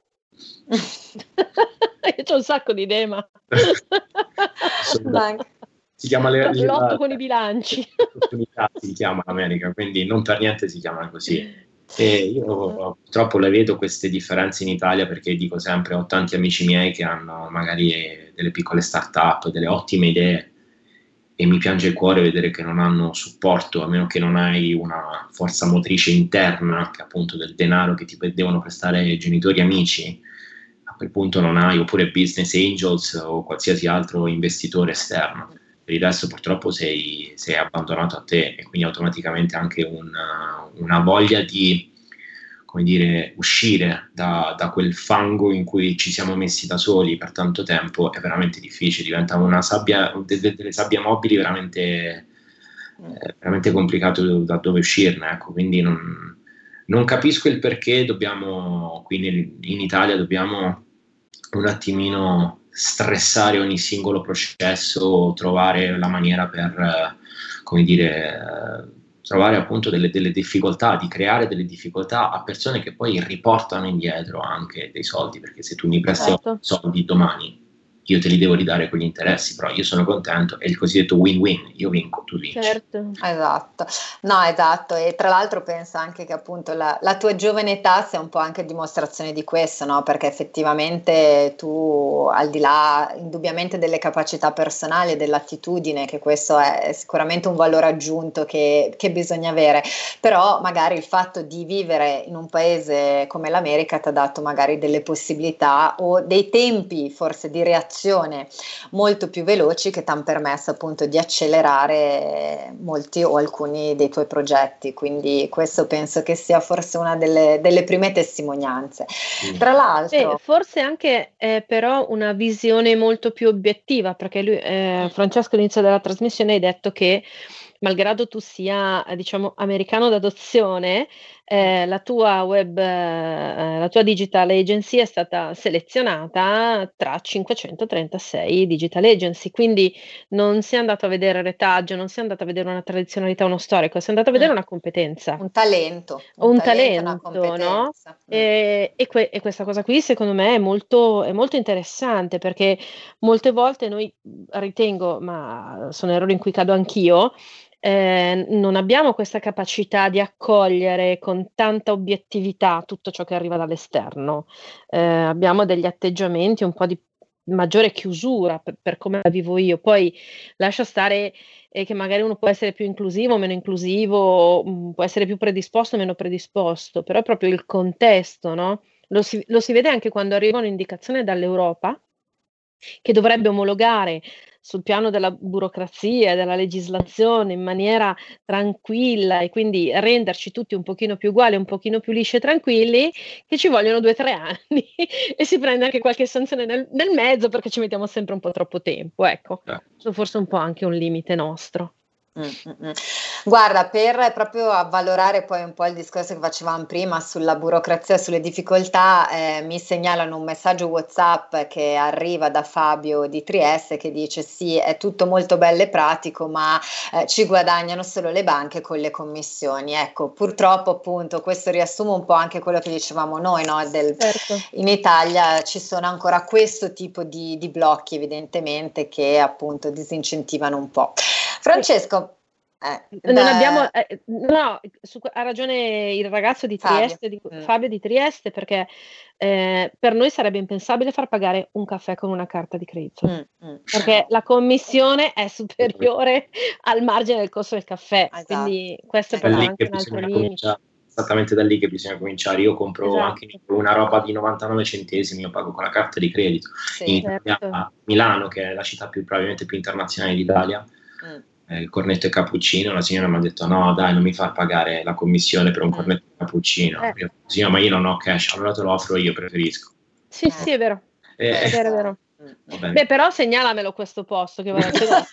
Io c'ho un sacco di idee, ma si chiama le, lotto la, con i bilanci. Si chiama l'America, quindi non per niente si chiama così. E io purtroppo le vedo queste differenze in Italia, perché dico sempre, ho tanti amici miei che hanno magari delle piccole start-up, delle ottime idee, e mi piange il cuore vedere che non hanno supporto, a meno che non hai una forza motrice interna, che appunto del denaro che ti devono prestare genitori e amici, a quel punto non hai, oppure business angels o qualsiasi altro investitore esterno. Per il resto purtroppo sei, sei abbandonato a te, e quindi automaticamente anche una, una voglia di, come dire, uscire da, da quel fango in cui ci siamo messi da soli per tanto tempo è veramente difficile, diventa una sabbia, delle, delle sabbie mobili veramente, eh, veramente complicato da dove uscirne, ecco. Quindi non, non capisco il perché dobbiamo, qui nel, in Italia dobbiamo un attimino stressare ogni singolo processo, trovare la maniera per, eh, come dire, eh, trovare appunto delle, delle difficoltà, di creare delle difficoltà a persone che poi riportano indietro anche dei soldi, perché se tu mi presti Certo. soldi domani, io te li devo ridare con gli interessi, però io sono contento, è il cosiddetto win-win, io vinco, tu vinci. Certo. Esatto, no, esatto, e tra l'altro penso anche che appunto la, la tua giovane età sia un po' anche dimostrazione di questo, no? Perché effettivamente tu, al di là indubbiamente delle capacità personali e dell'attitudine, che questo è sicuramente un valore aggiunto che, che bisogna avere, però magari il fatto di vivere in un paese come l'America ti ha dato magari delle possibilità o dei tempi forse di reazione molto più veloci, che ti hanno permesso appunto di accelerare molti o alcuni dei tuoi progetti, quindi questo penso che sia forse una delle, delle prime testimonianze. Mm. Tra l'altro eh, forse anche eh, però una visione molto più obiettiva, perché lui, eh, Francesco, all'inizio della trasmissione hai detto che malgrado tu sia, diciamo, americano d'adozione, eh, la tua web, eh, la tua digital agency è stata selezionata tra cinquecentotrentasei digital agency, quindi non si è andato a vedere retaggio, non si è andato a vedere una tradizionalità, uno storico, si è andato a vedere una competenza. Un talento. Un, un talento, talento, no? E, e, que- e questa cosa qui secondo me è molto, è molto interessante, perché molte volte noi, ritengo, ma sono errori in cui cado anch'io, Eh, non abbiamo questa capacità di accogliere con tanta obiettività tutto ciò che arriva dall'esterno, eh, abbiamo degli atteggiamenti un po' di maggiore chiusura per, per come la vivo io. Poi lascia stare eh, che magari uno può essere più inclusivo o meno inclusivo, mh, può essere più predisposto o meno predisposto, però è proprio il contesto, no? Lo si, lo si vede anche quando arriva un'indicazione dall'Europa che dovrebbe omologare sul piano della burocrazia e della legislazione in maniera tranquilla, e quindi renderci tutti un pochino più uguali, un pochino più lisci e tranquilli, che ci vogliono due o tre anni e si prende anche qualche sanzione nel, nel mezzo, perché ci mettiamo sempre un po' troppo tempo, ecco. Questo forse è un po' anche un limite nostro. Mm-mm. Guarda, per proprio avvalorare poi un po' il discorso che facevamo prima sulla burocrazia, sulle difficoltà, eh, mi segnalano un messaggio WhatsApp che arriva da Fabio di Trieste, che dice: sì, è tutto molto bello e pratico, ma eh, ci guadagnano solo le banche con le commissioni. Ecco, purtroppo appunto questo riassume un po' anche quello che dicevamo noi, no? Del, certo. In Italia ci sono ancora questo tipo di, di blocchi, evidentemente, che appunto disincentivano un po'. Francesco, Eh, Non da- abbiamo, eh, no, su- ha ragione il ragazzo di Fabio. Trieste, di- Mm. Fabio di Trieste, perché eh, per noi sarebbe impensabile far pagare un caffè con una carta di credito, Mm, mm. perché la commissione è superiore al margine del costo del caffè, Esatto. quindi questo è Da Da proprio lì anche che un altro bisogna limite. cominciare, esattamente da lì che bisogna cominciare. Io compro Esatto. anche una roba di novantanove centesimi, io pago con la carta di credito. In Sì. Italia, Certo. a Milano, che è la città più probabilmente più internazionale d'Italia, Mm. eh, il cornetto e cappuccino, la signora mi ha detto no dai, non mi far pagare la commissione per un Mm. cornetto e cappuccino. Eh. Io, signora, ma io non ho cash, allora te lo offro io, preferisco. Sì, Eh. sì, è vero. Eh, È vero, è vero. Mm, mm. va bene. Beh, però segnalamelo questo posto che vado a cedere.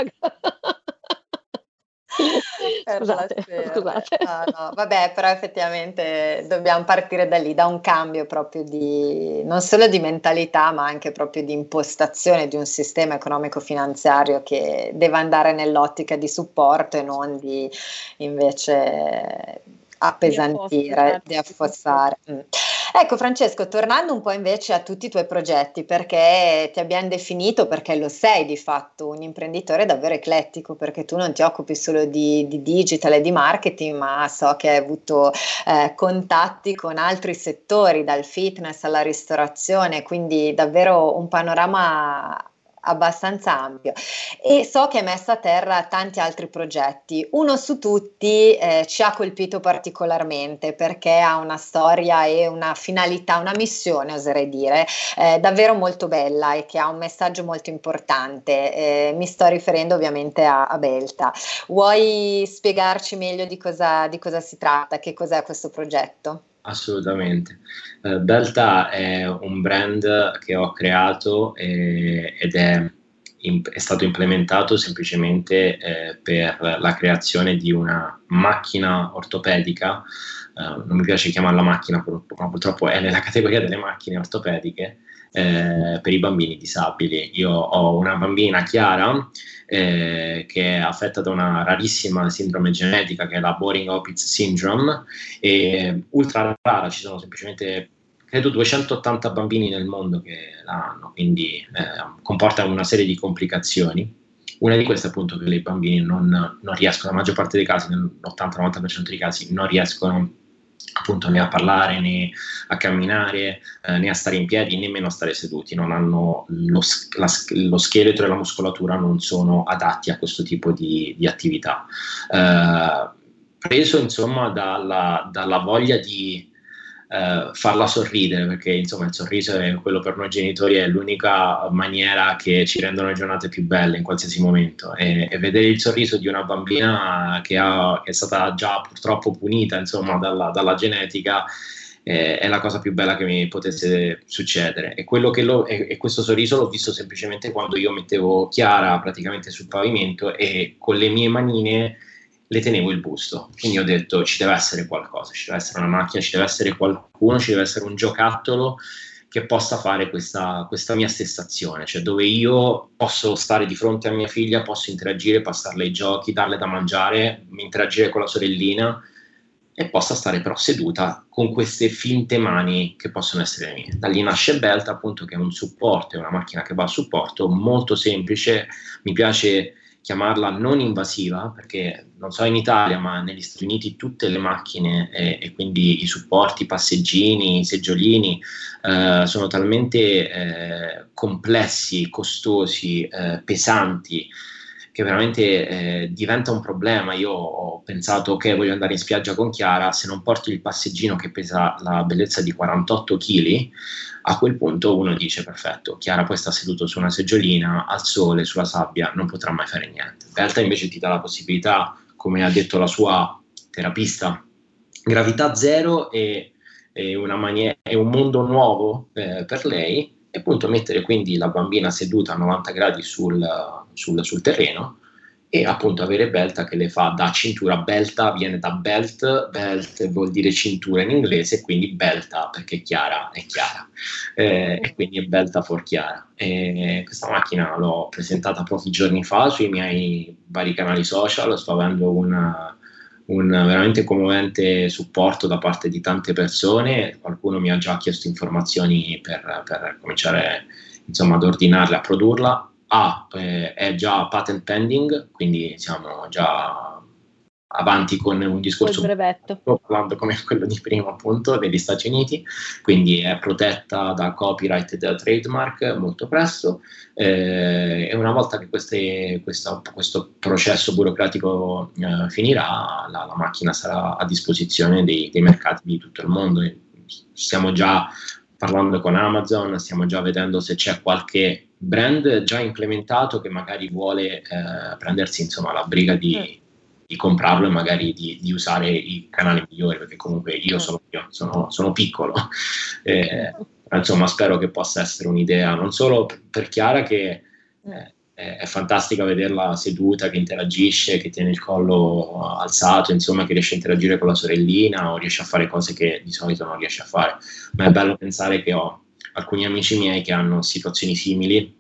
Per Scusate, la sera. scusate. No, no, vabbè, però effettivamente dobbiamo partire da lì, da un cambio proprio di non solo di mentalità, ma anche proprio di impostazione di un sistema economico-finanziario che deve andare nell'ottica di supporto e non di invece appesantire, di affossare. Mm. Ecco Francesco, tornando un po' invece a tutti i tuoi progetti, perché ti abbiamo definito, perché lo sei di fatto, un imprenditore davvero eclettico, perché tu non ti occupi solo di, di digital e di marketing, ma so che hai avuto eh, contatti con altri settori, dal fitness alla ristorazione, quindi davvero un panorama abbastanza ampio, e so che hai messo a terra tanti altri progetti. Uno su tutti eh, ci ha colpito particolarmente perché ha una storia e una finalità, una missione, oserei dire, eh, davvero molto bella e che ha un messaggio molto importante. Eh, mi sto riferendo ovviamente a, a Belta. Vuoi spiegarci meglio di cosa, di cosa si tratta? Che cos'è questo progetto? Assolutamente. Uh, Belta è un brand che ho creato eh, ed è, imp- è stato implementato semplicemente eh, per la creazione di una macchina ortopedica. Uh, non mi piace chiamarla macchina, ma purtroppo è nella categoria delle macchine ortopediche eh, per i bambini disabili. Io ho una bambina, Chiara, eh, che è affetta da una rarissima sindrome genetica che è la Boring-Opitz syndrome, e ultra rara, ci sono semplicemente credo duecentottanta bambini nel mondo che la hanno, quindi eh, comporta una serie di complicazioni. Una di queste è appunto che i bambini non, non riescono, la maggior parte dei casi, nell'ottanta novanta per cento dei casi, non riescono appunto né a parlare, né a camminare, eh, né a stare in piedi, nemmeno a stare seduti. Non hanno lo, la, lo scheletro e la muscolatura non sono adatti a questo tipo di, di attività. Eh, preso insomma dalla, dalla voglia di Uh, farla sorridere, perché insomma il sorriso è quello, per noi genitori è l'unica maniera che ci rendono le giornate più belle in qualsiasi momento, e, e vedere il sorriso di una bambina che, ha, che è stata già purtroppo punita insomma dalla, dalla genetica eh, è la cosa più bella che mi potesse succedere. E, quello che lo, e, e questo sorriso l'ho visto semplicemente quando io mettevo Chiara praticamente sul pavimento e con le mie manine le tenevo il busto. Quindi ho detto ci deve essere qualcosa, ci deve essere una macchina, ci deve essere qualcuno, ci deve essere un giocattolo che possa fare questa, questa mia stessa azione, cioè dove io posso stare di fronte a mia figlia, posso interagire, passarle i giochi, darle da mangiare, interagire con la sorellina e possa stare però seduta con queste finte mani che possono essere le mie. Da lì nasce Belta, appunto, che è un supporto, è una macchina che va a supporto, molto semplice. Mi piace chiamarla non invasiva, perché non so in Italia, ma negli Stati Uniti tutte le macchine e, e quindi i supporti, i passeggini, i seggiolini eh, sono talmente eh, complessi, costosi, eh, pesanti, che veramente eh, diventa un problema. Io ho pensato, ok, voglio andare in spiaggia con Chiara, se non porto il passeggino che pesa la bellezza di quarantotto chili, a quel punto uno dice perfetto, Chiara poi sta seduto su una seggiolina, al sole, sulla sabbia, non potrà mai fare niente. Belta invece ti dà la possibilità, come ha detto la sua terapista, gravità zero e, e, una manie- e un mondo nuovo eh, per lei, e appunto mettere quindi la bambina seduta a novanta gradi sul, sul, sul terreno, e appunto avere Belta che le fa da cintura. Belta viene da belt, belt vuol dire cintura in inglese, quindi Belta perché Chiara è Chiara, eh, e quindi è Belta for Chiara. E questa macchina l'ho presentata pochi giorni fa sui miei vari canali social, sto avendo una, un veramente commovente supporto da parte di tante persone. Qualcuno mi ha già chiesto informazioni per, per cominciare insomma ad ordinarla, a produrla. A eh, è già patent pending, quindi siamo già avanti con un discorso brevetto, parlando come quello di prima appunto degli Stati Uniti, quindi è protetta da copyright e da trademark molto presto, eh, e una volta che queste, questa, questo processo burocratico eh, finirà, la, la macchina sarà a disposizione dei, dei mercati di tutto il mondo. Stiamo già parlando con Amazon, stiamo già vedendo se c'è qualche brand già implementato che magari vuole eh, prendersi insomma la briga di mm. di comprarlo e magari di, di usare i canali migliori, perché comunque io sono, io sono, sono piccolo, eh, insomma spero che possa essere un'idea non solo per Chiara, che eh, è, è fantastica vederla seduta, che interagisce, che tiene il collo alzato, insomma che riesce a interagire con la sorellina o riesce a fare cose che di solito non riesce a fare, ma è bello pensare che ho alcuni amici miei che hanno situazioni simili.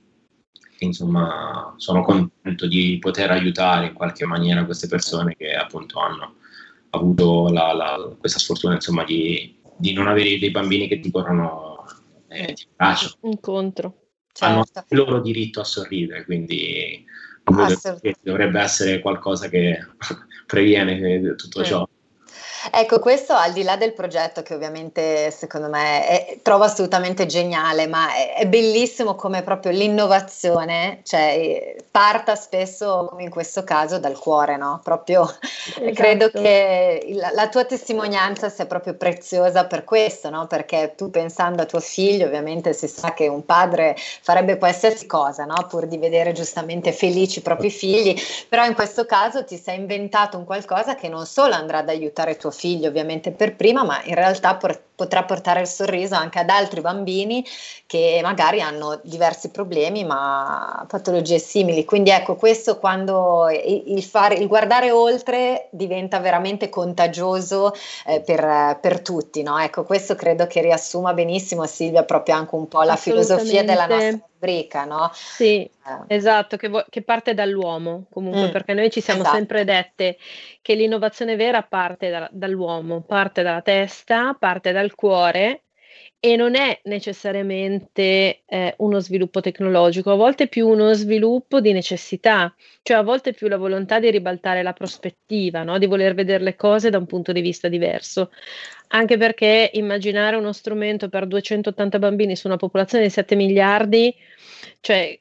Insomma, sono contento di poter aiutare in qualche maniera queste persone che appunto hanno avuto la, la, questa sfortuna, insomma, di, di non avere dei bambini che ti corrono eh, ti braccio. Incontro. Hanno Certo. il loro diritto a sorridere, quindi dovrebbe essere qualcosa che previene tutto mm. ciò. Ecco, questo al di là del progetto, che ovviamente secondo me è, trovo assolutamente geniale, ma è, è bellissimo come proprio l'innovazione, cioè, parta spesso, come in questo caso, dal cuore, no? Proprio esatto. Credo che la, la tua testimonianza sia proprio preziosa per questo, no? Perché tu, pensando a tuo figlio, ovviamente si sa che un padre farebbe qualsiasi cosa, no? Pur di vedere giustamente felici i propri figli, però in questo caso ti sei inventato un qualcosa che non solo andrà ad aiutare tuo figlio ovviamente per prima, ma in realtà por- potrà portare il sorriso anche ad altri bambini che magari hanno diversi problemi ma patologie simili. Quindi ecco, questo, quando il, fare, il guardare oltre diventa veramente contagioso eh, per, per tutti, no? Ecco, questo credo che riassuma benissimo, Silvia, proprio anche un po' la filosofia della nostra rubrica, no? Sì, eh. esatto, che, vo- che parte dall'uomo comunque, mm, perché noi ci siamo esatto. sempre dette che l'innovazione vera parte da, dall'uomo, parte dalla testa, parte dal cuore, e non è necessariamente eh, uno sviluppo tecnologico, a volte è più uno sviluppo di necessità, cioè a volte è più la volontà di ribaltare la prospettiva, no? Di voler vedere le cose da un punto di vista diverso, anche perché immaginare uno strumento per duecentottanta bambini su una popolazione di sette miliardi, cioè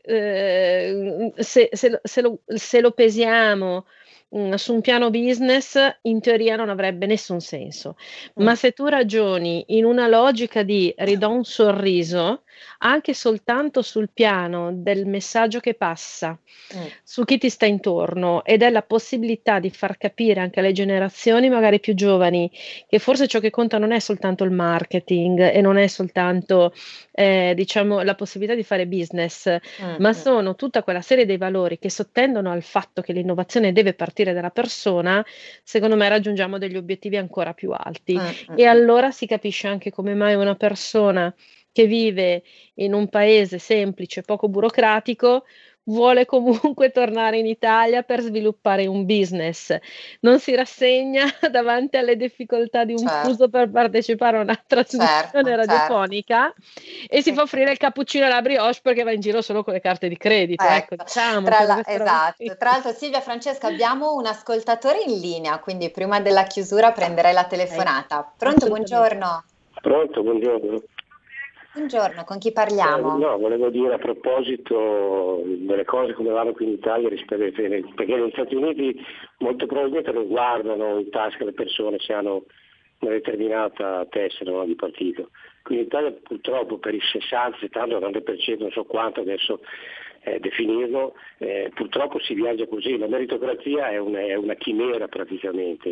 eh, se, se, se, lo, se lo pesiamo su un piano business, in teoria non avrebbe nessun senso, mm. ma se tu ragioni in una logica di ridò un sorriso, anche soltanto sul piano del messaggio che passa mm. su chi ti sta intorno, ed è la possibilità di far capire anche alle generazioni magari più giovani che forse ciò che conta non è soltanto il marketing e non è soltanto eh, diciamo la possibilità di fare business, mm. ma sono tutta quella serie dei valori che sottendono al fatto che l'innovazione deve partire dalla persona. Secondo me raggiungiamo degli obiettivi ancora più alti, mm. e allora si capisce anche come mai una persona che vive in un paese semplice, poco burocratico, vuole comunque tornare in Italia per sviluppare un business, non si rassegna davanti alle difficoltà di un certo. fuso per partecipare a una trasmissione certo, radiofonica certo. e si fa offrire il cappuccino alla brioche perché va in giro solo con le carte di credito. Ecco, ecco diciamo, tra, la, esatto. Tra l'altro, Silvia, Francesca, abbiamo un ascoltatore in linea, quindi prima della chiusura prenderei la telefonata. Pronto, buongiorno. Pronto, buongiorno. Buongiorno, con chi parliamo? Eh, no, volevo dire a proposito delle cose come vanno qui in Italia rispetto ai, perché negli Stati Uniti molto probabilmente non guardano in tasca le persone se hanno una determinata tessera, no, di partito. Qui in Italia purtroppo per il sessanta settanta ottanta per cento, non so quanto adesso eh, definirlo, eh, purtroppo si viaggia così, la meritocrazia è una, è una chimera praticamente.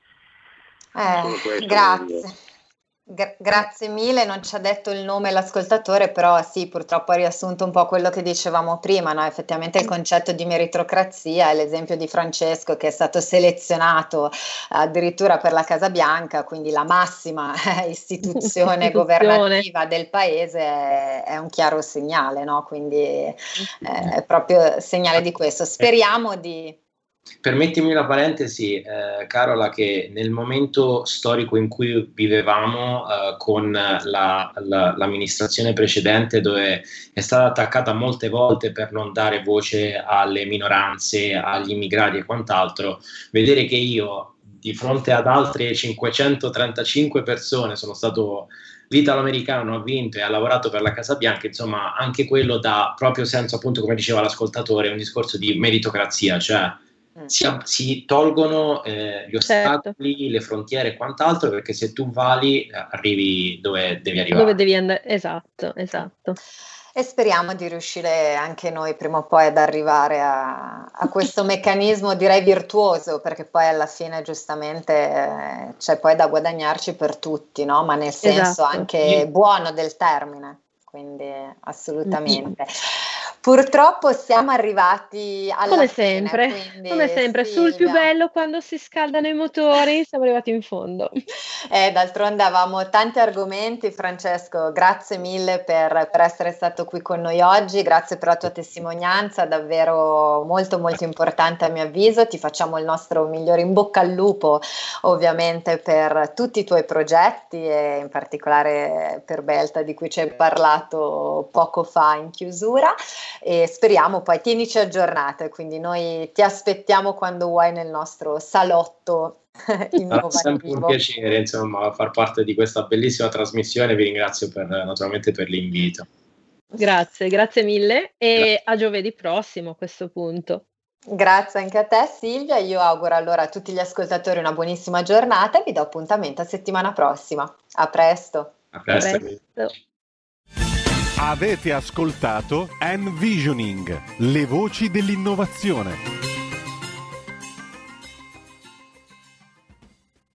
Eh, grazie. Gra- grazie mille, non ci ha detto il nome l'ascoltatore, però sì, purtroppo ha riassunto un po' quello che dicevamo prima, no? Effettivamente il concetto di meritocrazia è l'esempio di Francesco, che è stato selezionato addirittura per la Casa Bianca, quindi la massima istituzione, istituzione. governativa del paese, è, è un chiaro segnale, no? Quindi è proprio segnale di questo. Speriamo di... Permettimi una parentesi, eh, Carola, che nel momento storico in cui vivevamo eh, con la, la, l'amministrazione precedente, dove è stata attaccata molte volte per non dare voce alle minoranze, agli immigrati e quant'altro, vedere che io di fronte ad altre cinquecentotrentacinque persone sono stato l'italo-americano, ha vinto e ha lavorato per la Casa Bianca, insomma anche quello dà proprio senso, appunto come diceva l'ascoltatore, un discorso di meritocrazia, cioè Si, si tolgono eh, gli ostacoli, certo, le frontiere e quant'altro, perché se tu vali eh, arrivi dove devi arrivare. Dove devi andare, esatto, esatto. E speriamo di riuscire anche noi prima o poi ad arrivare a, a questo meccanismo, direi virtuoso, perché poi alla fine giustamente eh, c'è poi da guadagnarci per tutti, no? Ma nel senso esatto, anche buono del termine, quindi assolutamente. Purtroppo siamo arrivati alla come fine, sempre, quindi, come sempre Silvia, sul più bello, quando si scaldano i motori, siamo arrivati in fondo. Eh, d'altronde avevamo tanti argomenti. Francesco, grazie mille per, per essere stato qui con noi oggi, grazie per la tua testimonianza, davvero molto molto importante a mio avviso. Ti facciamo il nostro migliore in bocca al lupo, ovviamente, per tutti i tuoi progetti e in particolare per Belta, di cui ci hai parlato poco fa in chiusura. E speriamo poi, tienici aggiornate, quindi noi ti aspettiamo quando vuoi nel nostro salotto innovativo. È sempre un piacere, insomma, far parte di questa bellissima trasmissione. Vi ringrazio per, naturalmente per l'invito. Grazie, grazie mille e a giovedì prossimo a questo punto. Grazie anche a te, Silvia. Io auguro allora a tutti gli ascoltatori una buonissima giornata e vi do appuntamento a settimana prossima. A presto. A presto. A presto. Avete ascoltato Envisioning, le voci dell'innovazione.